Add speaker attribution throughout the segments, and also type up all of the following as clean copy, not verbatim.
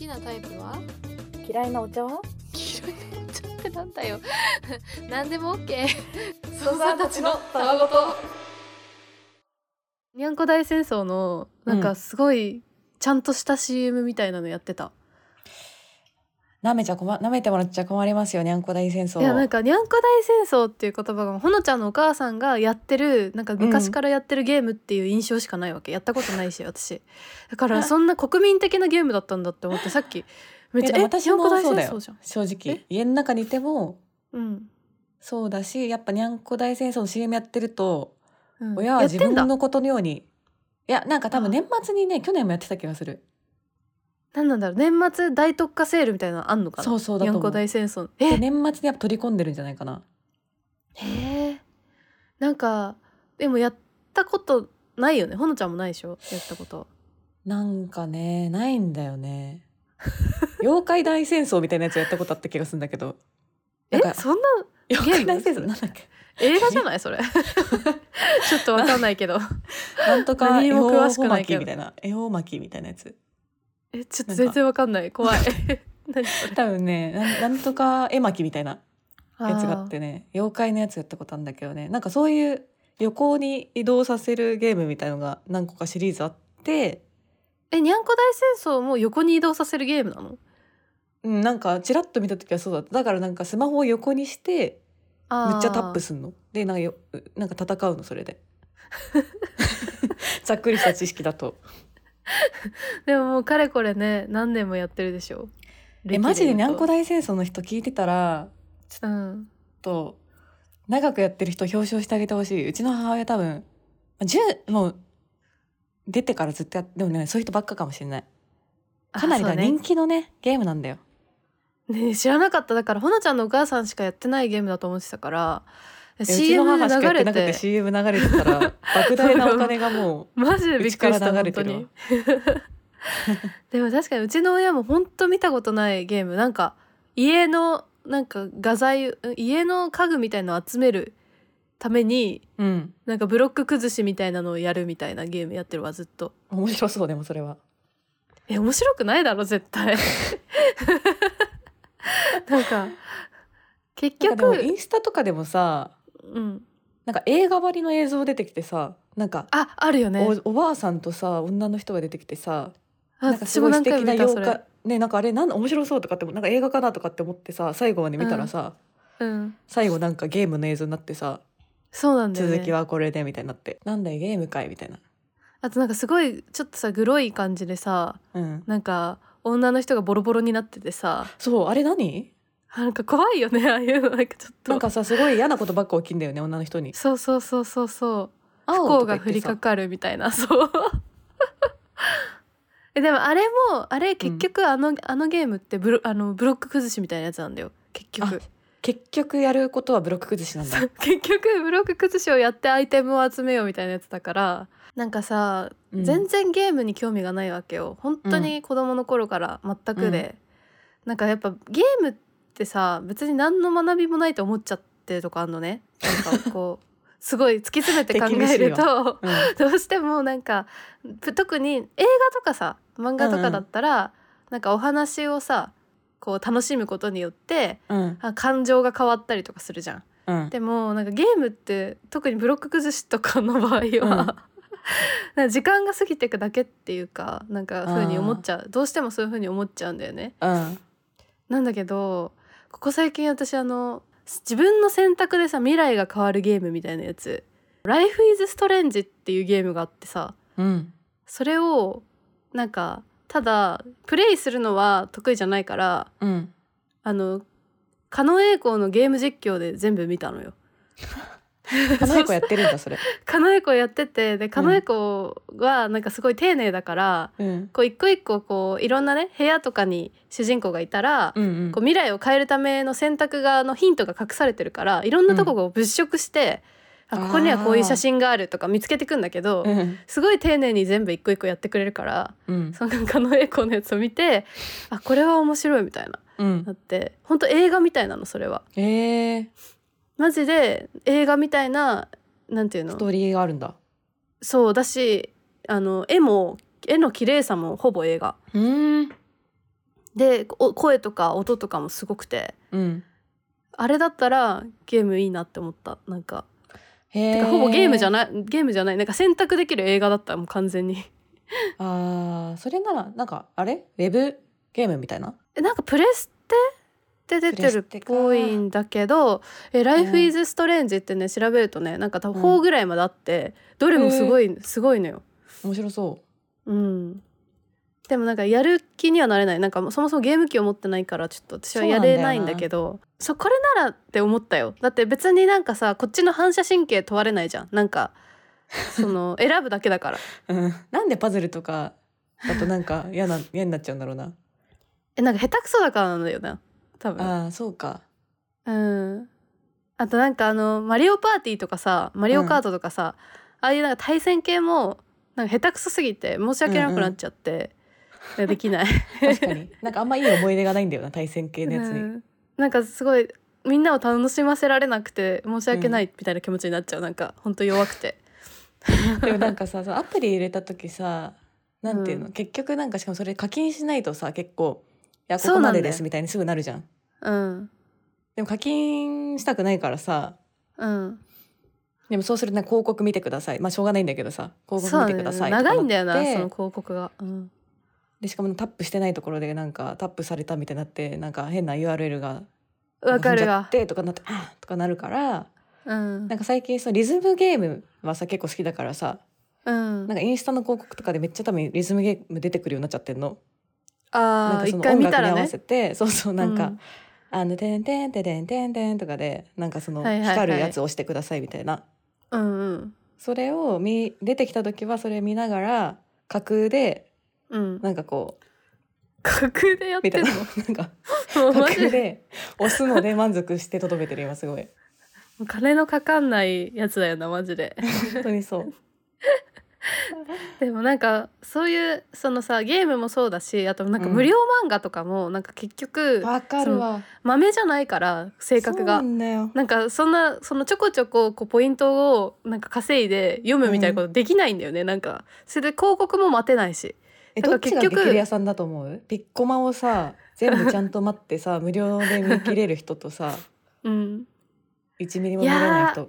Speaker 1: きなタイプは？
Speaker 2: 嫌いなお茶は？
Speaker 1: 嫌いなお茶ってなんだよ何でも OK
Speaker 2: ソザーたちのたわごと。
Speaker 1: にゃんこ大戦争のなんかすごいちゃんとした CM みたいなのやってた、
Speaker 2: 舐めてもらっちゃ困りますよ、にゃんこ大戦争。
Speaker 1: いやなんかにゃんこ大戦争っていう言葉がほのちゃんのお母さんがやってるなんか昔からやってるゲームっていう印象しかないわけ、やったことないし私だからそんな国民的なゲームだったんだって思ってさっきめっちゃ
Speaker 2: 私もそうだよ、
Speaker 1: じゃん
Speaker 2: 正直家の中にいても
Speaker 1: うん
Speaker 2: そうだし、やっぱにゃんこ大戦争の CM やってると、親は自
Speaker 1: やってんだ
Speaker 2: 分のことのように、いやなんか多分年末にね去年もやってた気がする。
Speaker 1: なんなんだろう、年末大特価セールみたいなのあんのかな。
Speaker 2: そうそうだと思う。
Speaker 1: にゃんこ大戦争
Speaker 2: で年末にやっぱ取り込んでるんじゃないかな。
Speaker 1: へえ。なんかでもやったことないよね。ほのちゃんもないでしょ、やったこと。
Speaker 2: なんかねないんだよね妖怪大戦争みたいなやつやったことあった気がするんだけど。
Speaker 1: そんな
Speaker 2: 妖怪大戦争なんだっけ、
Speaker 1: 映画じゃないそれちょっとわかんないけど
Speaker 2: なんとか
Speaker 1: 何も詳しくないけど
Speaker 2: みたいな恵方巻きみたいなやつ、
Speaker 1: ちょっと全然わかんない、怖い何それ。
Speaker 2: 多分ねなんとか絵巻きみたいなやつがあってね、妖怪のやつやったことあるんだけどね、なんかそういう旅行に移動させるゲームみたいのが何個かシリーズあって、
Speaker 1: にゃんこ大戦争も横に移動させるゲームなの？
Speaker 2: なんかチラッと見た時はそうだった。だからなんかスマホを横にしてめっちゃタップすんので、なんか戦うのそれでざっくりした知識だと
Speaker 1: でももうかれこれね何年もやってるでしょ。
Speaker 2: マジでにゃんこ大戦争の人聞いてたらちょっと長くやってる人表彰してあげてほしい。うちの母親多分もう出てからずっとでもねそういう人ばっかかもしれない。かなり人気のねゲームなんだよ。
Speaker 1: ね、知らなかった。だからほのちゃんのお母さんしかやってないゲームだと思ってたから、
Speaker 2: うちの母しかやってなくて CM 流れてたら莫大なお金がもう
Speaker 1: マジでびっくりした
Speaker 2: 流れてるわ
Speaker 1: 本当にでも確かにうちの親も本当見たことないゲーム、なんか家のなんか家の家具みたいのを集めるために、なんかブロック崩しみたいなのをやるみたいなゲームやってるわずっと。
Speaker 2: 面白そう。でもそれは
Speaker 1: 面白くないだろ絶対なんか結局
Speaker 2: でもインスタとかでもさ、なんか映画ばりの映像出てきてさ、なんか
Speaker 1: あるよね。
Speaker 2: おばあさんとさ女の人が出てきてさ、
Speaker 1: なんかすごい素敵な妖怪
Speaker 2: ね、なんかあれ面白そうとかってなんか映画かなとかって思ってさ最後まで見たらさ、最後なんかゲームの映像になってさ、
Speaker 1: そうなんだよね、
Speaker 2: 続きはこれでみたいになって、なんだよゲームかいみたいな。
Speaker 1: あとなんかすごいちょっとさグロい感じでさ、なんか女の人がボロボロになっててさ、
Speaker 2: そうあれ何
Speaker 1: なんか怖いよねああいうの。なんかちょっと
Speaker 2: なんかさすごい嫌なことばっか起きんだよね女の人に。
Speaker 1: そう不幸が降りかかるみたいなそうでもあれ結局あのゲームってブロック崩しみたいなやつなんだよ
Speaker 2: 結局やることはブロック崩しなんだ
Speaker 1: 結局ブロック崩しをやってアイテムを集めようみたいなやつだから、なんかさ、全然ゲームに興味がないわけよ本当に子供の頃から全くで、なんかやっぱゲームってさ別に何の学びもないと思っちゃってるとこあんのね。なんかこうすごい突き詰めて考えると、どうしてもなんか特に映画とかさ漫画とかだったら、なんかお話をさこう楽しむことによって、感情が変わったりとかするじゃん、でもなんかゲームって特にブロック崩しとかの場合は、なんか時間が過ぎていくだけっていうかなんか風に思っちゃう、どうしてもそういう風に思っちゃうんだよね、なんだけどここ最近私自分の選択でさ未来が変わるゲームみたいなやつ Life is Strange っていうゲームがあってさ、それをなんかただプレイするのは得意じゃないから、狩野英孝のゲーム実況で全部見たのよ
Speaker 2: 狩野英孝やってるんだそれ
Speaker 1: 狩野英孝やってて、で狩野英孝はなんかすごい丁寧だから、こう一個一個こういろんなね部屋とかに主人公がいたら、こう未来を変えるための選択のヒントが隠されてるから、いろんなとこを物色して、ここにはこういう写真があるとか見つけてくんだけど、すごい丁寧に全部一個一個やってくれるから、その狩野英孝のやつを見てこれは面白いみたいな、だって本当映画みたいなのそれは。マジで映画みたいな、なんていうの
Speaker 2: ストーリーがあるんだ。
Speaker 1: そうだし絵の綺麗さもほぼ映画で声とか音とかもすごくて、あれだったらゲームいいなって思った。なんかてかほぼゲームじゃないなんか選択できる映画だった。もう完全に
Speaker 2: それならなんかあれウェブゲームみたいな、
Speaker 1: なんかプレステで出てるっぽいんだけど、Life is Strange ってね調べるとねなんか多分4ぐらいまであって、どれもすごいのよ。面
Speaker 2: 白そう。
Speaker 1: でもなんかやる気にはなれない。なんかそもそもゲーム機を持ってないからちょっと私はやれないんだけど、これならって思ったよ。だって別になんかさこっちの反射神経問われないじゃん。なんかその選ぶだけだから
Speaker 2: なんでパズルとかだとなんか嫌になっちゃうんだろうな
Speaker 1: なんか下手くそだからなんだよな多分。
Speaker 2: そうか。
Speaker 1: あとなんかマリオパーティーとかさマリオカートとかさ、ああいうなんか対戦系もなんか下手くそすぎて申し訳なくなっちゃって、できない
Speaker 2: 確かになんかあんまいい思い出がないんだよな対戦系のやつに、
Speaker 1: なんかすごいみんなを楽しませられなくて申し訳ないみたいな気持ちになっちゃう。なんかほんと弱くて
Speaker 2: でもなんかさアプリ入れた時さなんていうの、結局なんかしかもそれ課金しないとさ結構いやここまでですみたいにすぐなるじゃん。でも課金したくないからさ、でもそうすると広告見てください、まあしょうがないんだけどさ広告見てくださいとかなって、
Speaker 1: 長いんだよなその広告が、
Speaker 2: でしかもタップしてないところでなんかタップされたみたいになってなんか変な URL が
Speaker 1: わかるわ
Speaker 2: ってとかなってとかなるから、なんか最近そのリズムゲームはさ結構好きだからさ、なんかインスタの広告とかでめっちゃ多分リズムゲーム出てくるようになっちゃってんの。なんかその音楽に合わせて、そうなんか、てんてんてんてんてんてんとかでなんかその光るやつを押してくださいみたいな、それを出てきた時はそれ見ながら架空で、なんかこう
Speaker 1: 架空でやってんの
Speaker 2: なんか架空で押すので満足してとどめてる今すごい。
Speaker 1: 金のかかんないやつだよなマジで
Speaker 2: 本当にそう
Speaker 1: でもなんかそういうそのさゲームもそうだし、あとなんか無料漫画とかもなんか結局
Speaker 2: わかるわ、
Speaker 1: 豆じゃないから性格がなんかそのちょこちょこポイントをなんか稼いで読むみたいなことできないんだよね、なんかそれで広告も待てないし。
Speaker 2: どっちが激レアさんだと思う？ピッコマをさ全部ちゃんと待ってさ無料で見切れる人とさ、1ミリも見れない人。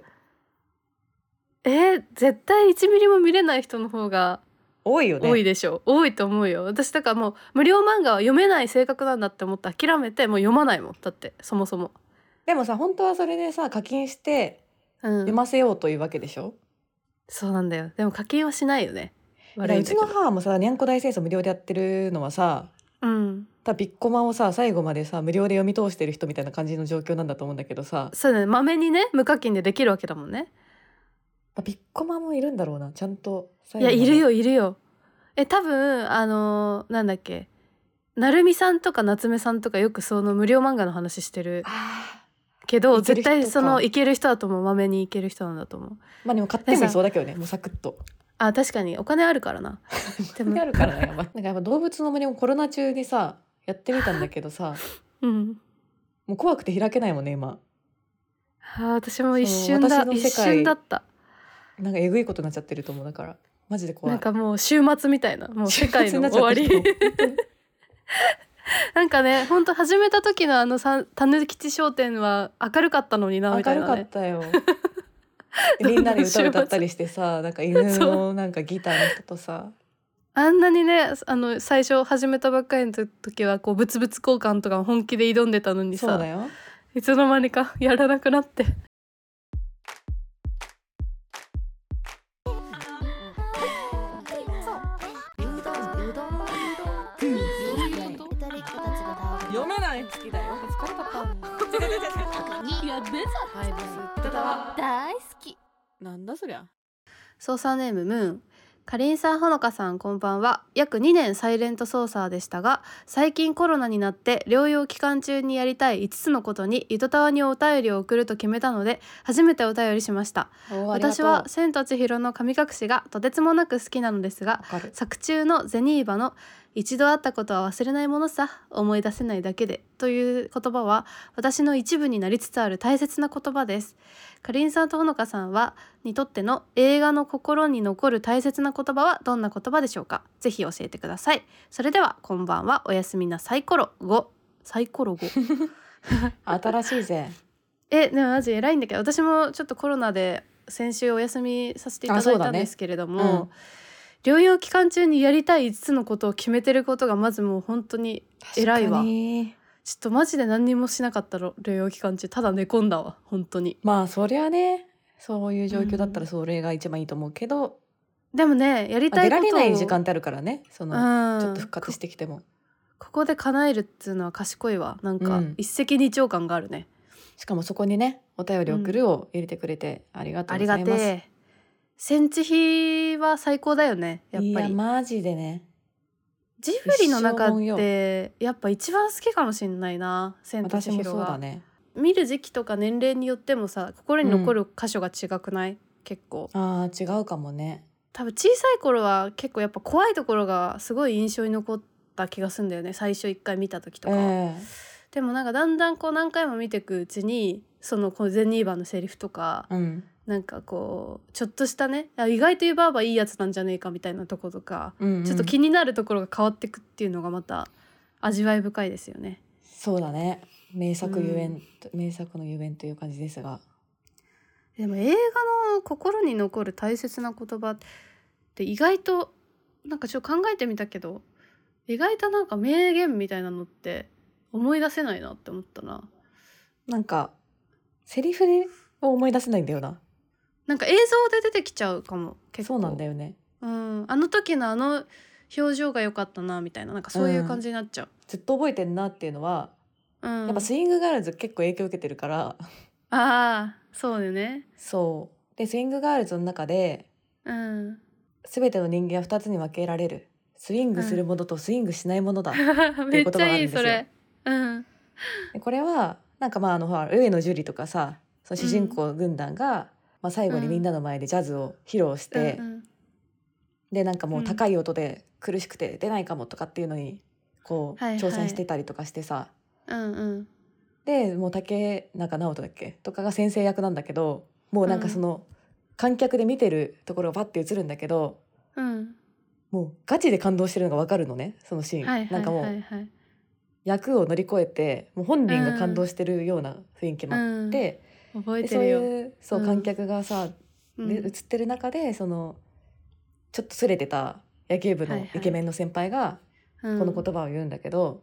Speaker 1: 絶対1ミリも見れない人の方が
Speaker 2: 多いよね。
Speaker 1: 多いでしょ。多いと思うよ。私だからもう無料漫画は読めない性格なんだって思って諦めてもう読まないもん。だってそもそも。
Speaker 2: でもさ本当はそれでさ課金して読ませようというわけでしょ、
Speaker 1: そうなんだよ。でも課金はしないよね。
Speaker 2: うちの母もさにゃんこ大戦争無料でやってるのはさ、ピッコマをさ最後までさ無料で読み通してる人みたいな感じの状況なんだと思うんだけどさ。
Speaker 1: そうだね、まめにね無課金でできるわけだもんね。
Speaker 2: ピッコマもいるんだろうなちゃんと。
Speaker 1: いやいるよ。多分なんだっけ、なるみさんとか夏目さんとかよくその無料漫画の話してるけど、絶対そのいける人だと思う。まめにいける人なんだと思う。
Speaker 2: まあでも買ってもいそうだけどね、もうサクッと。
Speaker 1: 確かにお金あるからな
Speaker 2: お金あるからなやばい。なんかやっぱ動物の森もコロナ中にさやってみたんだけどさもう怖くて開けないもんね今。
Speaker 1: 私も一瞬だった。
Speaker 2: なんかえぐいことになっちゃってると思う。だからマジで怖い。
Speaker 1: なんかもう週末みたいな、もう世界の終わりなんかねほんと始めた時のたぬきち商店は明るかったのになみたいな、ね、
Speaker 2: 明るかったよみんなで歌歌ったりしてさなんか犬のなんかギターの人とさ
Speaker 1: あんなにね最初始めたばっかりの時はこう物々交換とか本気で挑んでたのにさ、
Speaker 2: そうだよ、
Speaker 1: いつの間にかやらなくなって。
Speaker 2: 読めない好きだよ。疲れたか。
Speaker 1: 大好き。
Speaker 2: なんだそりゃ。
Speaker 1: 操作ネームムーン。かりんさんほのかさんこんばんは。約2年サイレント操作でしたが、最近コロナになって療養期間中にやりたい5つのことにゆとたわにお便りを送ると決めたので初めてお便りしました。私は千と千尋の神隠しがとてつもなく好きなのですが、作中のゼニーバの一度会ったことは忘れないものさ、思い出せないだけでという言葉は私の一部になりつつある大切な言葉です。かりんさんとほのかさんにとっての映画の心に残る大切な言葉はどんな言葉でしょうか。ぜひ教えてください。それではこんばんは、おやすみなサイコロ5。サイコロ5
Speaker 2: 新しいぜ。
Speaker 1: でもマジ偉いんだけど、私もちょっとコロナで先週お休みさせていただいたんですけれども、療養期間中にやりたい5つのことを決めてることがまずもう本当に偉いわ。ちょっとマジで何にもしなかった療養期間中、ただ寝込んだわ本当に。
Speaker 2: まあそりゃね、そういう状況だったらそれが一番いいと思うけど、
Speaker 1: でもね、やりたいことを
Speaker 2: 出られない時間ってあるからね、ちょっと復活してきても
Speaker 1: ここで叶えるっていうのは賢いわ。なんか一石二鳥感があるね。
Speaker 2: しかもそこにね、お便り送るを入れてくれてありがとうございます。ありがてえ。
Speaker 1: 戦地比は最高だよね、やっぱり。いや
Speaker 2: マジでね。
Speaker 1: ジブリの中ってやっぱ一番好きかもしんないな、千と千尋は。私もそうだね。見る時期とか年齢によってもさ、心に残る箇所が違くない？結構。
Speaker 2: 違うかもね。
Speaker 1: 多分小さい頃は結構やっぱ怖いところがすごい印象に残った気がするんだよね、最初一回見た時とか。でもなんかだんだんこう何回も見ていくうちに、そのゼンニーバーのセリフとか、なんかこうちょっとしたね、意外と言うばあばいいやつなんじゃねえかみたいなとことか、ちょっと気になるところが変わってくっていうのがまた味わい深いですよね。
Speaker 2: そうだね、名作のゆえんという感じですが。
Speaker 1: でも映画の心に残る大切な言葉って意外となんかちょっと考えてみたけど、意外となんか名言みたいなのって思い出せないなって思ったな。
Speaker 2: なんかセリフを思い出せないんだよな。
Speaker 1: なんか映像で出てきちゃうかも。結構
Speaker 2: そうなんだよね。
Speaker 1: あの時のあの表情が良かったなみたいな、なんかそういう感じになっちゃう。
Speaker 2: ずっと覚えてんなっていうのは、やっぱスイングガールズ結構影響を受けてるから。
Speaker 1: そうよね。
Speaker 2: そうで、スイングガールズの中で、全ての人間は2つに分けられる。スイングするものとスイングしないものだっていう言葉があるんですよ。めっちゃいいそれ。でこれはなんか上野樹里とかさ、その主人公軍団が、最後にみんなの前でジャズを披露して、でなんかもう高い音で苦しくて出ないかもとかっていうのにこう挑戦してたりとかしてさ、でもう竹中直人だっけとかが先生役なんだけど、もうなんかその観客で見てるところがバッて映るんだけど、もうガチで感動してるのが分かるのね、そのシーン。なんかもう役を乗り越えてもう本人が感動してるような雰囲気もあって、
Speaker 1: 覚えてるよ。
Speaker 2: そう観客がさ、映ってる中でそのちょっとすれてた野球部のイケメンの先輩がこの言葉を言うんだけど、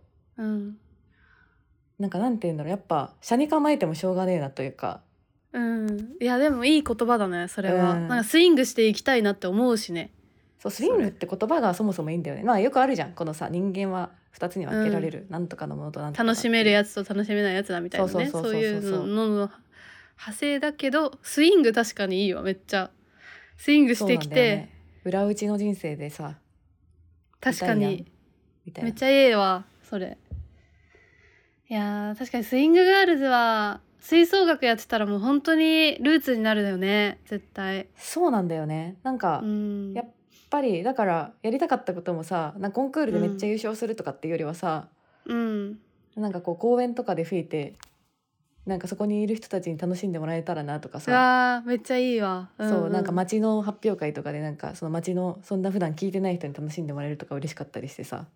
Speaker 2: なんかなんて言うんだろう、やっぱ車に構えてもしょうがねえなというか。
Speaker 1: いやでもいい言葉だねそれは。なんかスイングしていきたいなって思うしね。
Speaker 2: そう、スイングって言葉がそもそもいいんだよね。よくあるじゃん、このさ、人間は2つに分けられる、なんとかのものとなんとか
Speaker 1: 楽しめるやつと楽しめないやつだみたいなね。そういうのの派生だけど、スイング確かにいいわ。めっちゃスイングしてきて、
Speaker 2: 裏打ちの人生でさ、
Speaker 1: 確かにめっちゃええわそれ。いや確かにスイングガールズは吹奏楽やってたらもう本当にルーツになるよね、絶対。
Speaker 2: そうなんだよね。なんか、やっぱりだからやりたかったこともさ、なんかコンクールでめっちゃ優勝するとかっていうよりはさ、なんかこう公演とかで吹いて、なんかそこにいる人たちに楽しんでもらえたらなとかさ。
Speaker 1: めっちゃいいわ。
Speaker 2: そう、なんか街の発表会とかでなんかその街のそんな普段聞いてない人に楽しんでもらえるとか嬉しかったりしてさ。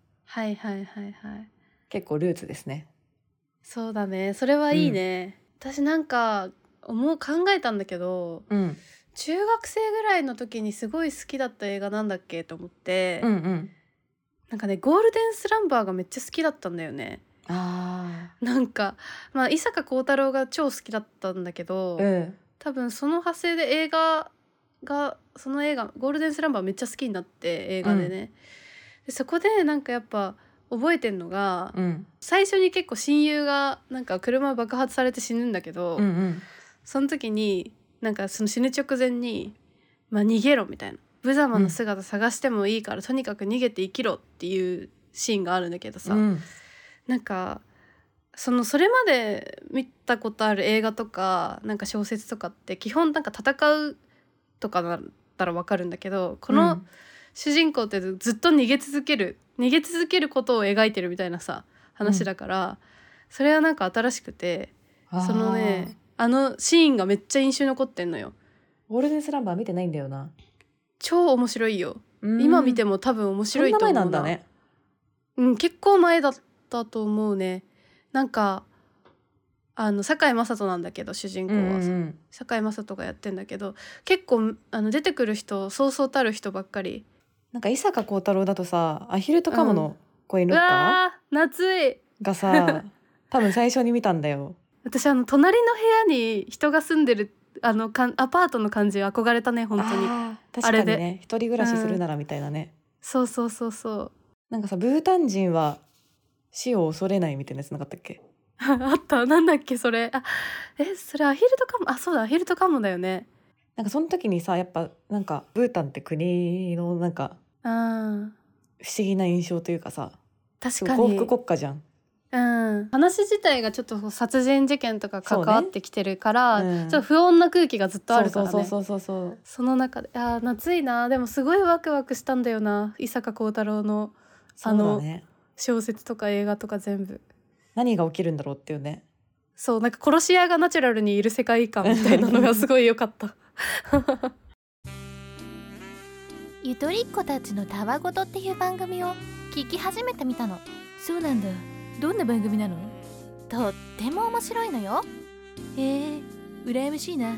Speaker 2: 結構ルーツですね。
Speaker 1: そうだね、それはいいね。私なんか考えたんだけど、中学生ぐらいの時にすごい好きだった映画なんだっけと思って、なんかねゴールデンスランバーがめっちゃ好きだったんだよね。なんか伊坂幸太郎が超好きだったんだけど、多分その派生でその映画ゴールデンスランバーめっちゃ好きになって映画でね、でそこでなんかやっぱ覚えてんのが、最初に結構親友がなんか車爆発されて死ぬんだけど、その時になんかその死ぬ直前に逃げろみたいな、無様な姿探してもいいから、とにかく逃げて生きろっていうシーンがあるんだけどさ、なんかそれまで見たことある映画とかなんか小説とかって基本なんか戦うとかだったらわかるんだけど、この主人公ってずっと逃げ続ける逃げ続けることを描いてるみたいなさ話だから、それはなんか新しくて、そのねあのシーンがめっちゃ印象に残ってんのよ。
Speaker 2: ゴールデンスランバー見てないんだよな。
Speaker 1: 超面白いよ。今見ても多分面白いと思うな。
Speaker 2: そんな前なんだね。
Speaker 1: 結構前だったと思うね。なんか堺雅人なんだけど主人公は、堺雅人がやってんだけど、結構出てくる人そうそうたる人ばっかり。
Speaker 2: なんか伊坂幸太郎だとさ、アヒルとカモのコインロッカー、
Speaker 1: うわー夏い
Speaker 2: がさ多分最初に見たんだよ。
Speaker 1: 私隣の部屋に人が住んでるアパートの感じ憧れたね本当に。
Speaker 2: 確かにね、一人暮らしするならみたいなね、
Speaker 1: そうそうそうそう。
Speaker 2: なんかさ、ブータン人は死を恐れないみたいなやつなかったっけ
Speaker 1: あったなんだっけそれ。それアヒルとカモ。そうだアヒルとカモだよね。
Speaker 2: なんかその時にさ、やっぱなんかブータンって国のなんか不思議な印象というかさ、
Speaker 1: 確かに
Speaker 2: 幸福国家じゃん。
Speaker 1: 話自体がちょっと殺人事件とか関わってきてるから、ちょっと不穏な空気がずっとあるからね。その中で夏いな。でもすごいワクワクしたんだよな、伊坂幸太郎の小説とか映画とか全部。
Speaker 2: 何が起きるんだろうっていうね。
Speaker 1: そうなんか殺し屋がナチュラルにいる世界観みたいなのがすごい良かった
Speaker 3: ゆとりっ子たちのたわごとっていう番組を聞き始めてみたの。そうなんだ。どんな番組なの？とっても面白いのよ。羨ましいな。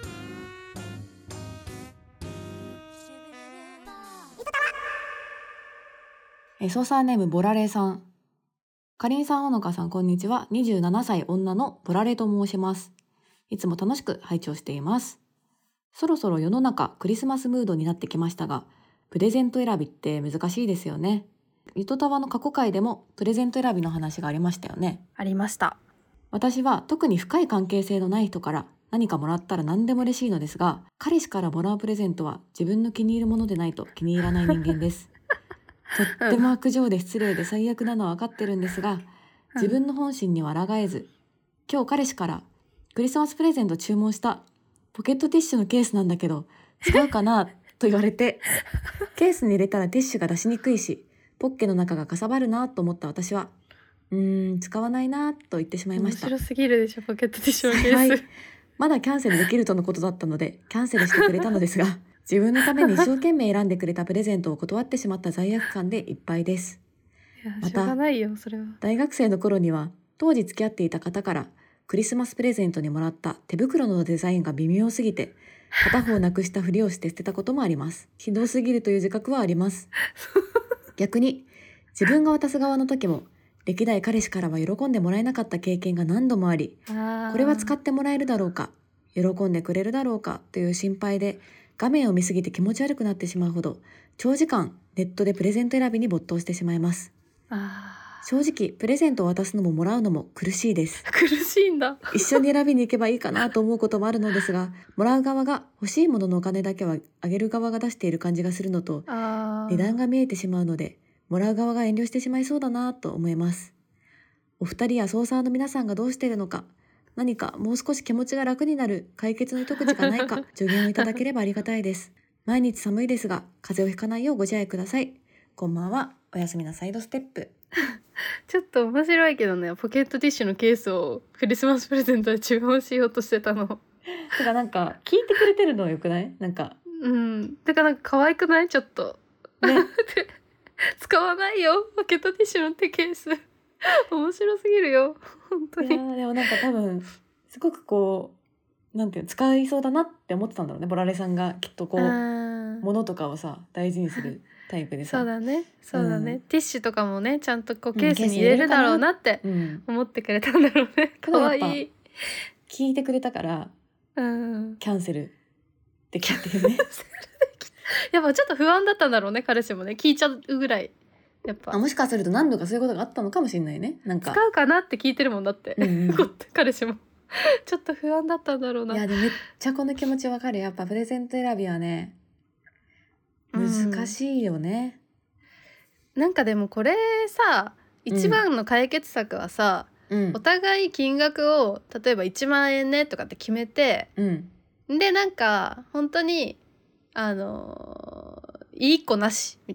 Speaker 2: ソーサーネームボラレーさん。かりんさん、ほのかさん、こんにちは。27歳女のボラレと申します。いつも楽しく拝聴しています。そろそろ世の中クリスマスムードになってきましたが、プレゼント選びって難しいですよね。ゆとたわの過去回でもプレゼント選びの話がありましたよね。
Speaker 1: ありました。
Speaker 2: 私は特に深い関係性のない人から何かもらったら何でも嬉しいのですが、彼氏からもらうプレゼントは自分の気に入るものでないと気に入らない人間です。とっても悪情で失礼で最悪なのは分かってるんですが、自分の本心には抗えず、今日彼氏からクリスマスプレゼント注文したポケットティッシュのケースなんだけど使うかなと言われて、ケースに入れたらティッシュが出しにくいしポッケの中がかさばるなと思った私は、使わないなと言ってしまいました。
Speaker 1: 面白すぎるでしょポケットティッシュのケース。
Speaker 2: まだキャンセルできるとのことだったのでキャンセルしてくれたのですが自分のために一生懸命選んでくれたプレゼントを断ってしまった罪悪感でいっぱいです。
Speaker 1: またしょうがないよそれは。
Speaker 2: 大学生の頃には当時付き合っていた方からクリスマスプレゼントにもらった手袋のデザインが微妙すぎて片方なくしたふりをして捨てたこともあります。ひどすぎるという自覚はあります。逆に自分が渡す側の時も歴代彼氏からは喜んでもらえなかった経験が何度もあり、これは使ってもらえるだろうか、喜んでくれるだろうかという心配で画面を見すぎて気持ち悪くなってしまうほど長時間ネットでプレゼント選びに没頭してしまいます。正直プレゼントを渡すのももらうのも苦しいです。
Speaker 1: 苦しいんだ。
Speaker 2: 一緒に選びに行けばいいかなと思うこともあるのですが、もらう側が欲しいもののお金だけはあげる側が出している感じがするのと、値段が見えてしまうのでもらう側が遠慮してしまいそうだなと思います。お二人やソーサーの皆さんがどうしているのか、何かもう少し気持ちが楽になる解決の糸口がないか助言をいただければありがたいです。毎日寒いですが風邪をひかないようご自愛ください。こんばんは。おやすみなサイドステップ。
Speaker 1: ちょっと面白いけどね、ポケットティッシュのケースをクリスマスプレゼントで注文しようとしてたの。
Speaker 2: だからなんか聞いてくれてるのよくない？なんか
Speaker 1: だからなんか可愛くない？ちょっとね使わないよポケットティッシュのケース。面白すぎるよ本当に。
Speaker 2: でもなんか多分すごくこうなんていうの、使いそうだなって思ってたんだろうね。ボラレさんがきっとこう物とかをさ大事にするタイプでさ。
Speaker 1: そうだねそうだね、ティッシュとかもねちゃんとこうケースに入れるだろうなって思ってくれたんだろうね。可愛い。
Speaker 2: 聞いてくれたから、キャンセルできたっていうね。
Speaker 1: やっぱちょっと不安だったんだろうね彼氏もね、聞いちゃうぐらい。やっぱ
Speaker 2: もしかすると何度かそういうことがあったのかもしれないね。なんか
Speaker 1: 使うかなって聞いてるもんだって、彼氏もちょっと不安だったんだろうな。
Speaker 2: いやでもめっちゃこの気持ちわかる。やっぱプレゼント選びはね難しいよね、
Speaker 1: なんかでもこれさ一番の解決策はさ、お互い金額を例えば1万円ねとかって決めて、でなんか本当にいい子なしみたいな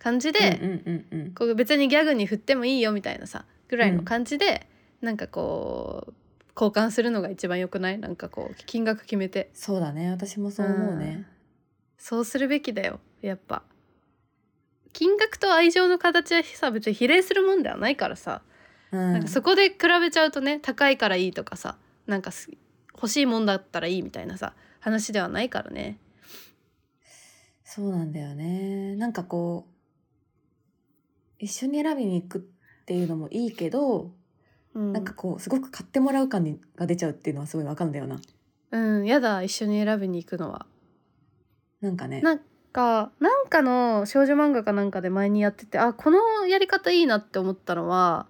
Speaker 1: 感じで、こう別にギャグに振ってもいいよみたいなさぐらいの感じで、なんかこう交換するのが一番良くない？なんかこう金額決めて。
Speaker 2: そうだね、私もそう思うね。
Speaker 1: そうするべきだよ。やっぱ金額と愛情の形はさ別に比例するもんではないからさ、なんかそこで比べちゃうとね、高いからいいとかさ、なんか欲しいもんだったらいいみたいなさ話ではないからね。
Speaker 2: そうなんだよね。なんかこう一緒に選びに行くっていうのもいいけど、なんかこうすごく買ってもらう感が出ちゃうっていうのはすごいわかるんだよな。
Speaker 1: やだ、一緒に選びに行くのは。なんかね、なんかの少女漫画かなんかで前にやってて、このやり方いいなって思ったのは、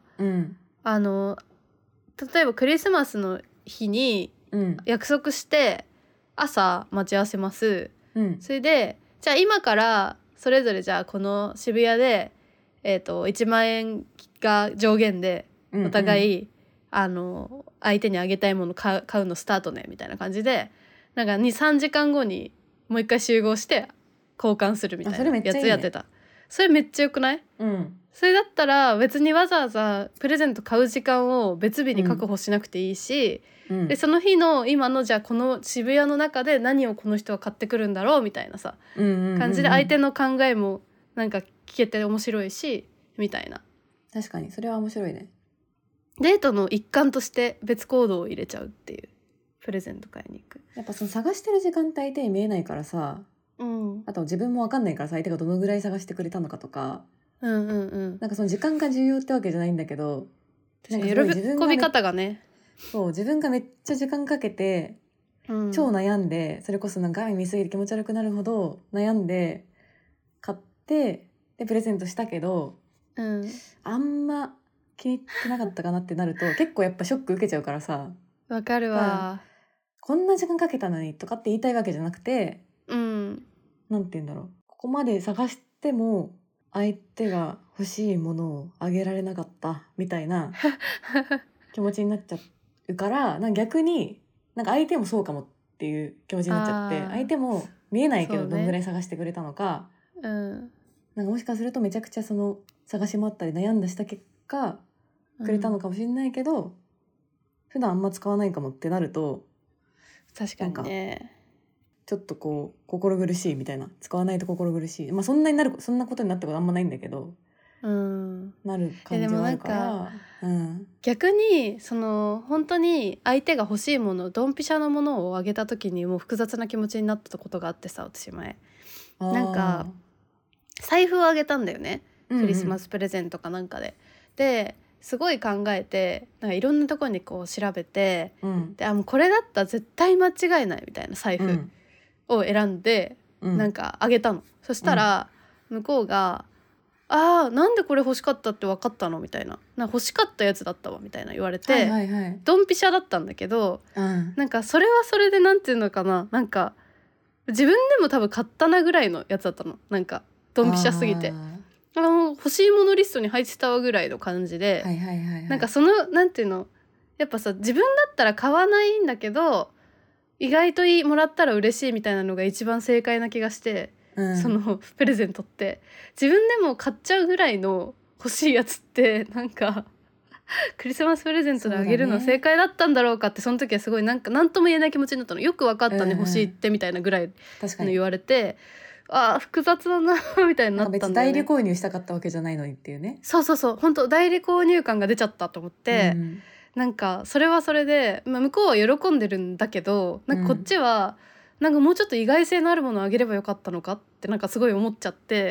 Speaker 1: 例えばクリスマスの日に約束して朝待ち合わせます、それでじゃあ今からそれぞれじゃあこの渋谷で、1万円が上限でお互い、相手にあげたいもの買うのスタートねみたいな感じで、なんか 2,3 時間後にもう一回集合して交換するみたいなやつやってた。それめっちゃよくない？それだったら別にわざわざプレゼント買う時間を別日に確保しなくていいし、でその日の今のじゃあこの渋谷の中で何をこの人は買ってくるんだろうみたいなさ、感じで相手の考えもなんか聞けて面白いしみたいな。
Speaker 2: 確かにそれは面白いね。
Speaker 1: デートの一環として別行動を入れちゃうっていう。プレゼント買いに行く。
Speaker 2: やっぱその探してる時間って相手に見えないからさ、あと自分も分かんないからさ、相手がどのぐらい探してくれたのかとか、なんかその時間が重要ってわけじゃないんだけど、
Speaker 1: なんか喜び方がね、
Speaker 2: そう自分がめっちゃ時間かけて、超悩んで、それこそなんか画面見すぎて気持ち悪くなるほど悩んで買ってでプレゼントしたけど、あんま気に入ってなかったかなってなると結構やっぱショック受けちゃうからさ。
Speaker 1: わかるわ。
Speaker 2: こんな時間かけたのにとかって言いたいわけじゃなくて、なんて言うんだろう、ここまで探しても相手が欲しいものをあげられなかったみたいな気持ちになっちゃうから、なんか逆になんか相手もそうかもっていう気持ちになっちゃって、相手も見えないけどどんぐらい探してくれたのか、なんかもしかするとめちゃくちゃその探し回ったり悩んだした結果くれたのかもしれないけど、普段あんま使わないかもってなると、
Speaker 1: 確かにね、
Speaker 2: ちょっとこう心苦しいみたいな、使わないと心苦しい、そんなことになったことあんまないんだけど、なる感じはあるから、
Speaker 1: 逆にその本当に相手が欲しいもの、ドンピシャのものをあげた時にもう複雑な気持ちになったことがあってさ、私前なんか財布をあげたんだよね、クリスマスプレゼントかなんかで。ですごい考えて、なんかいろんなところにこう調べて、でもうこれだったら絶対間違いないみたいな財布を選んで、なんかあげたの。そしたら向こうがなんでこれ欲しかったって分かったのみたいな、欲しかったやつだったわみたいな言われて、ドンピシャだったんだけど、なんかそれはそれでなんていうのかな、なんか自分でも多分買ったなぐらいのやつだったの。なんかドンピシャすぎて欲しいものリストに入ってたわぐらいの感じで、なんかそのなんていうの、やっぱさ自分だったら買わないんだけど意外ともらったら嬉しいみたいなのが一番正解な気がして、そのプレゼントって自分でも買っちゃうぐらいの欲しいやつってなんかクリスマスプレゼントであげるの正解だったんだろうかって、その時はすごいなんか何とも言えない気持ちになったの。よく分かったね、欲しいってみたいなぐらいの言われて、複雑だなみたいになったんだよね。
Speaker 2: 別に代理購入したかったわけじゃないのにっていうね。
Speaker 1: そう本当代理購入感が出ちゃったと思って、なんかそれはそれで、向こうは喜んでるんだけど、なんかこっちはなんかもうちょっと意外性のあるものをあげればよかったのかってなんかすごい思っちゃって、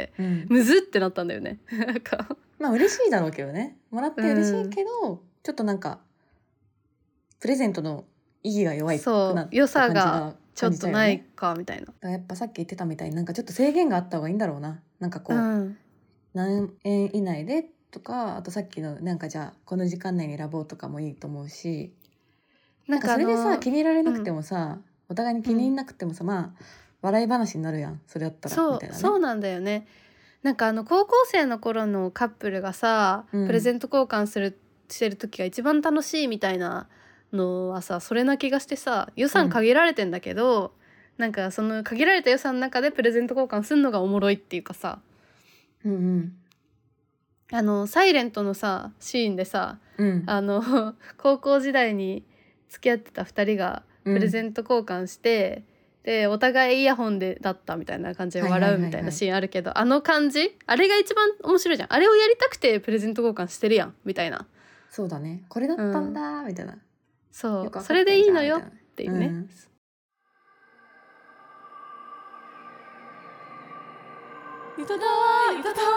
Speaker 1: むずってなったんだよね。なんか
Speaker 2: 嬉しいだろうけどね、もらって嬉しいけど、ちょっとなんかプレゼントの意義が弱いくなった感じが
Speaker 1: 良さがちょっとないかみたいな。
Speaker 2: やっぱさっき言ってたみたいになんかちょっと制限があった方がいいんだろうな。なんかこう、何円以内でとか、あとさっきのなんかじゃあこの時間内に選ぼうとかもいいと思うし、なんかそれでさ気に入られなくてもさ、お互いに気に入らなくてもさ、笑い話になるやん、それだったらみたいなね。
Speaker 1: そうなんだよね。なんか高校生の頃のカップルがさ、プレゼント交換してる時が一番楽しいみたいなのはさ、それな気がしてさ、予算限られてんだけど、なんかその限られた予算の中でプレゼント交換するのがおもろいっていうかさ、
Speaker 2: うん
Speaker 1: サイレントのさシーンでさ、
Speaker 2: うん
Speaker 1: 高校時代に付き合ってた2人がプレゼント交換して、でお互いイヤホンでだったみたいな感じで笑うみたいなシーンあるけど、あの感じあれが一番面白いじゃん。あれをやりたくてプレゼント交換してるやんみたいな。
Speaker 2: そうだね、これだったんだみたいな、
Speaker 1: そう
Speaker 2: よくわかった
Speaker 1: それでいいのよ
Speaker 2: みたいな
Speaker 1: っていうね、
Speaker 2: ゆたたわゆたたわ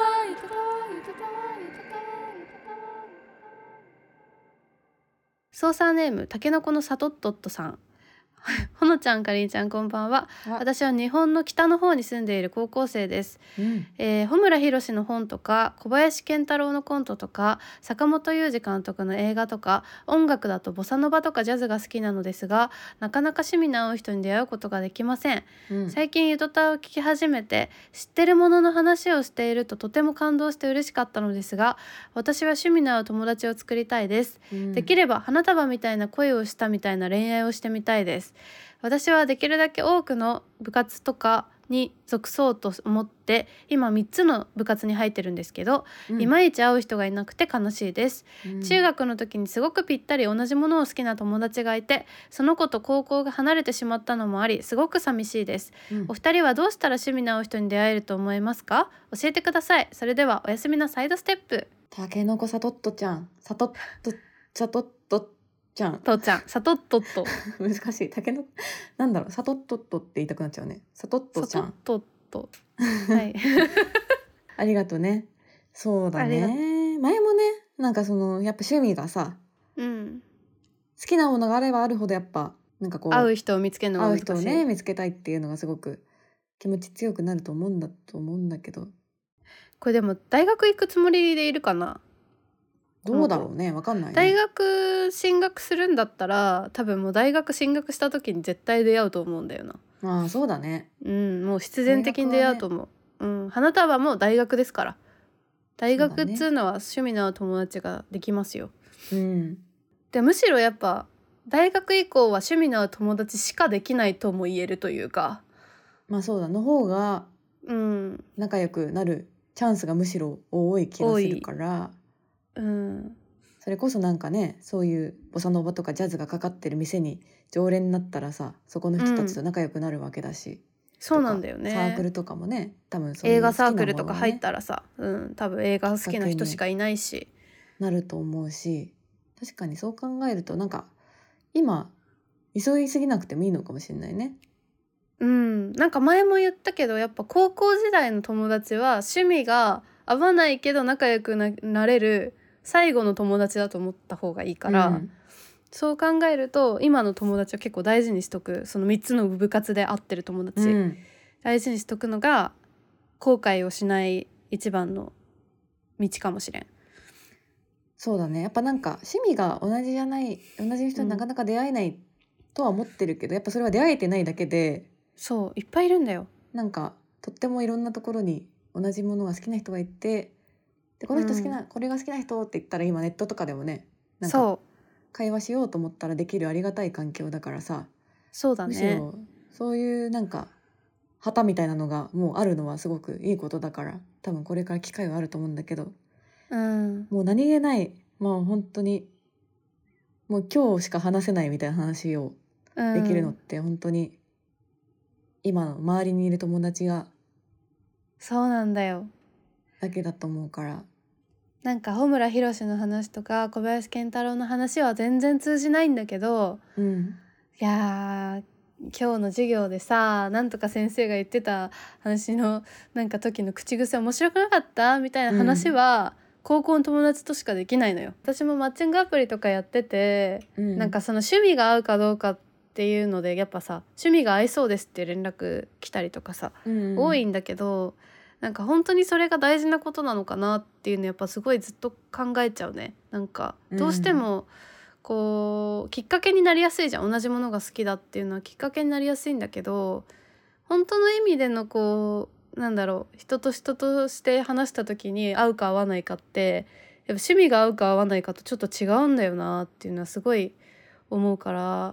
Speaker 1: 操作ネームたけのこのさとっとっとさんほのちゃんかりんちゃんこんばんは。私は日本の北の方に住んでいる高校生です。穂村弘の本とか小林賢太郎のコントとか坂本雄二監督の映画とか音楽だとボサノバとかジャズが好きなのですが、なかなか趣味の合う人に出会うことができません。最近ゆとたを聞き始めて知ってるものの話をしているととても感動して嬉しかったのですが、私は趣味の合う友達を作りたいです。できれば花束みたいな恋をしたみたいな恋愛をしてみたいです。私はできるだけ多くの部活とかに属そうと思って今3つの部活に入ってるんですけど、いまいち会う人がいなくて悲しいです。中学の時にすごくぴったり同じものを好きな友達がいて、その子と高校が離れてしまったのもありすごく寂しいです。お二人はどうしたら趣味の合う人に出会えると思いますか？教えてください。それではおやすみなサイドステップ。
Speaker 2: たけのこさとっとちゃんさとっとちゃん
Speaker 1: とちゃんさとっとっと
Speaker 2: 難しい。たけのなんだろう、さとっとっとって言いたくなっちゃうね。さとっとちゃん。
Speaker 1: さとっとっとはい
Speaker 2: ありがとうね。そうだね。前もね、なんかそのやっぱ趣味がさ、好きなものがあればあるほどやっぱなんかこう
Speaker 1: 会う人を見つけるのが難しい。
Speaker 2: 会う人をね見つけたいっていうのがすごく気持ち強くなると思うんだけど。
Speaker 1: これでも大学行くつもりでいるかな。
Speaker 2: どうだろうね、わかんないね。
Speaker 1: 大学進学するんだったら多分もう大学進学した時に絶対出会うと思うんだよな。
Speaker 2: あ、そうだね。
Speaker 1: もう必然的に出会うと思う。花束も大学ですから。大学っつうのは趣味の合う友達ができますよ。でむしろやっぱ大学以降は趣味の合う友達しかできないとも言えるというか、
Speaker 2: まあそうだの方が仲良くなるチャンスがむしろ多い気がするから、それこそなんかね、そういうボサノバとかジャズがかかってる店に常連になったらさ、そこの人たちと仲良くなるわけだし、
Speaker 1: そうなんだよね。
Speaker 2: サークルとかもね、多分そういう
Speaker 1: 映画サークルとか入ったらさ、多分映画好きな人しかいないし
Speaker 2: なると思うし、確かにそう考えるとなんか今急ぎすぎなくてもいいのかもしれないね。
Speaker 1: なんか前も言ったけど、やっぱ高校時代の友達は趣味が合わないけど仲良く なれる最後の友達だと思った方がいいから、そう考えると今の友達を結構大事にしとく、その3つの部活で会ってる友達、大事にしとくのが後悔をしない一番の道かもしれん。
Speaker 2: そうだね、やっぱなんか趣味が同じ人になかなか出会えないとは思ってるけど、やっぱそれは出会えてないだけで、
Speaker 1: そういっぱいいるんだよ。
Speaker 2: なんかとってもいろんなところに同じものが好きな人がいて、でこの人好きな、これが好きな人って言ったら今ネットとかでもね、なんか会話しようと思ったらできるありがたい環境だからさ。
Speaker 1: そうだね。
Speaker 2: むしろそういうなんか旗みたいなのがもうあるのはすごくいいことだから、多分これから機会はあると思うんだけど、もう何気ないもう本当にもう今日しか話せないみたいな話をできるのって本当に今の周りにいる友達が
Speaker 1: そうなんだよ
Speaker 2: だけだと思うから。
Speaker 1: なんか穂村弘の話とか小林賢太郎の話は全然通じないんだけど、いや今日の授業でさ、なんとか先生が言ってた話のなんか時の口癖面白くなかったみたいな話は、高校の友達としかできないのよ。私もマッチングアプリとかやってて、なんかその趣味が合うかどうかっていうのでやっぱさ、趣味が合いそうですって連絡来たりとかさ、多いんだけど、なんか本当にそれが大事なことなのかなっていうのやっぱすごいずっと考えちゃうね。なんかどうしてもこうきっかけになりやすいじゃん。同じものが好きだっていうのはきっかけになりやすいんだけど、本当の意味でのこうなんだろう、人と人として話した時に合うか合わないかってやっぱ趣味が合うか合わないかとちょっと違うんだよなっていうのはすごい思うから、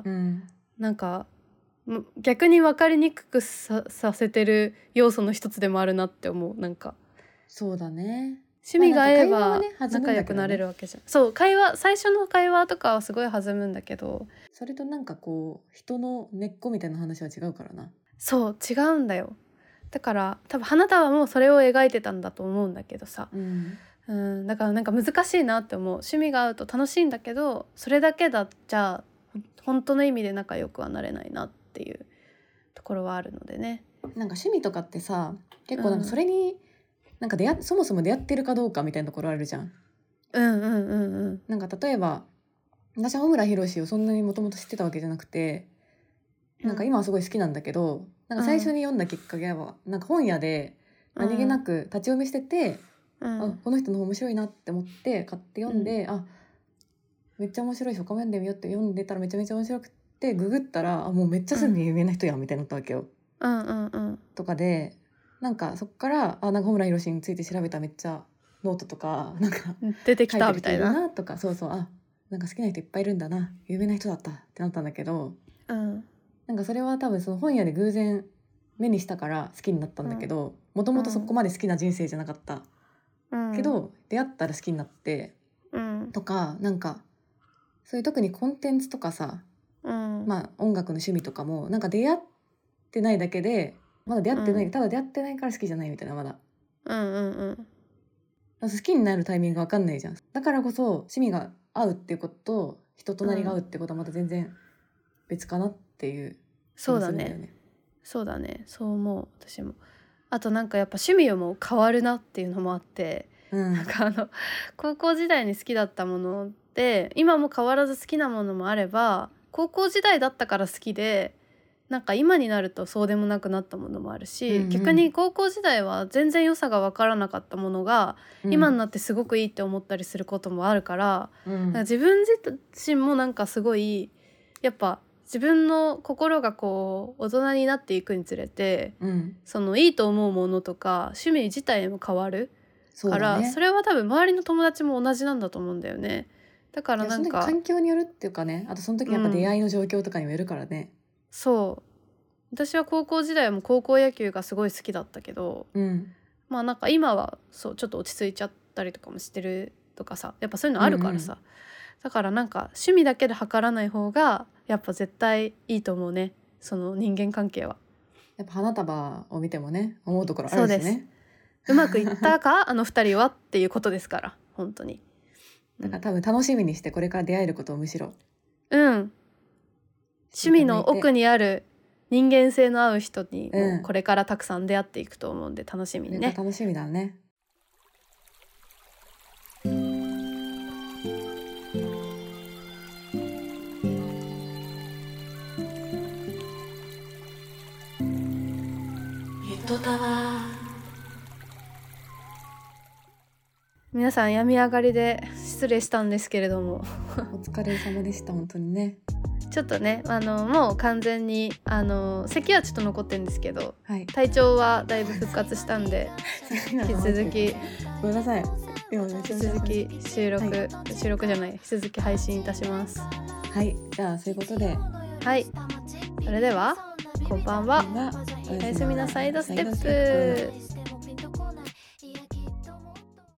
Speaker 1: なんか逆に分かりにくくさせてる要素の一つでもあるなって思う。なんか
Speaker 2: そうだね。
Speaker 1: 趣味が合えば
Speaker 2: まあなんか会話はね弾むんだけどね
Speaker 1: 仲良くなれるわけじゃん。そう会話、最初の会話とかはすごい弾むんだけど、
Speaker 2: それとなんかこう人の根っこみたいな話は違うからな。
Speaker 1: そう違うんだよ。だから多分花束もそれを描いてたんだと思うんだけどさ、だからなんか難しいなって思う。趣味が合うと楽しいんだけど、それだけだっちゃ本当の意味で仲良くはなれないなっていうところはあるのでね。
Speaker 2: なんか趣味とかってさ、結構なんかそれになんかそもそも出会ってるかどうかみたいなところあるじゃん。なんか例えば私は穂村弘をそんなにもともと知ってたわけじゃなくて、なんか今はすごい好きなんだけど、なんか最初に読んだきっかけはなんか本屋で何気なく立ち読みしてて、あこの人の本面白いなって思って買って読んで、あめっちゃ面白いし他も読んでみようって読んでたらめちゃめちゃ面白くて、ググったらもうめっちゃすぐに有名な人やんみたいになったわけよ。とかでなんかそっからなんか穂村弘について調べためっちゃノートとかなんか
Speaker 1: 出てきたみたいな。
Speaker 2: 書いてる人いるなとか、そうそう、なんか好きな人いっぱいいるんだな、有名な人だったってなったんだけど、なんかそれは多分その本屋で偶然目にしたから好きになったんだけど、もともとそこまで好きな人生じゃなかった、けど出会ったら好きになって、とかなんかそういう特にコンテンツとかさ、まあ音楽の趣味とかもなんか出会ってないだけでまだ出会ってない、ただ出会ってないから好きじゃないみたいな、まだ好きになるタイミングわかんないじゃん。だからこそ趣味が合うっていうことと人となりが合うってことはまた全然別かなっていう気がするんだよね。
Speaker 1: そうだね、そう思う私も。あとなんかやっぱ趣味も変わるなっていうのもあって、なんか高校時代に好きだったもので今も変わらず好きなものもあれば、高校時代だったから好きでなんか今になるとそうでもなくなったものもあるし、逆に高校時代は全然良さが分からなかったものが、今になってすごくいいって思ったりすることもあるから、なんか自分自身もなんかすごいやっぱ自分の心がこう大人になっていくにつれて、そのいいと思うものとか趣味自体も変わるから、それは多分周りの友達も同じなんだと思うんだよね。だからなんか
Speaker 2: 環境によるっていうかね、あとその時やっぱ出会いの状況とかにもよるからね。
Speaker 1: そう私は高校時代も高校野球がすごい好きだったけど、まあなんか今はそうちょっと落ち着いちゃったりとかもしてるとかさ、やっぱそういうのあるからさ、だからなんか趣味だけで測らない方がやっぱ絶対いいと思うね、その人間関係は。
Speaker 2: やっぱ花束を見てもね思うところあるしね。そうです、
Speaker 1: うまくいったかあの二人はっていうことですから本当に。
Speaker 2: だから多分楽しみにしてこれから出会えることをむしろ
Speaker 1: 趣味の奥にある人間性の合う人にもこれからたくさん出会っていくと思うんで楽しみにね。
Speaker 2: 楽しみだね。
Speaker 1: ゆとたわ。皆さん病み上がりで失礼したんですけれども
Speaker 2: お疲れ様でした本当にね。
Speaker 1: ちょっとねもう完全に咳はちょっと残ってるんですけど、体調はだいぶ復活したんで引き続き
Speaker 2: ごめんなさい、
Speaker 1: 引き続き収録じゃない引き続き配信いたします。
Speaker 2: はい、じゃあそういうことで、
Speaker 1: はい、それではこんばんは、おやすみなさいドステップ。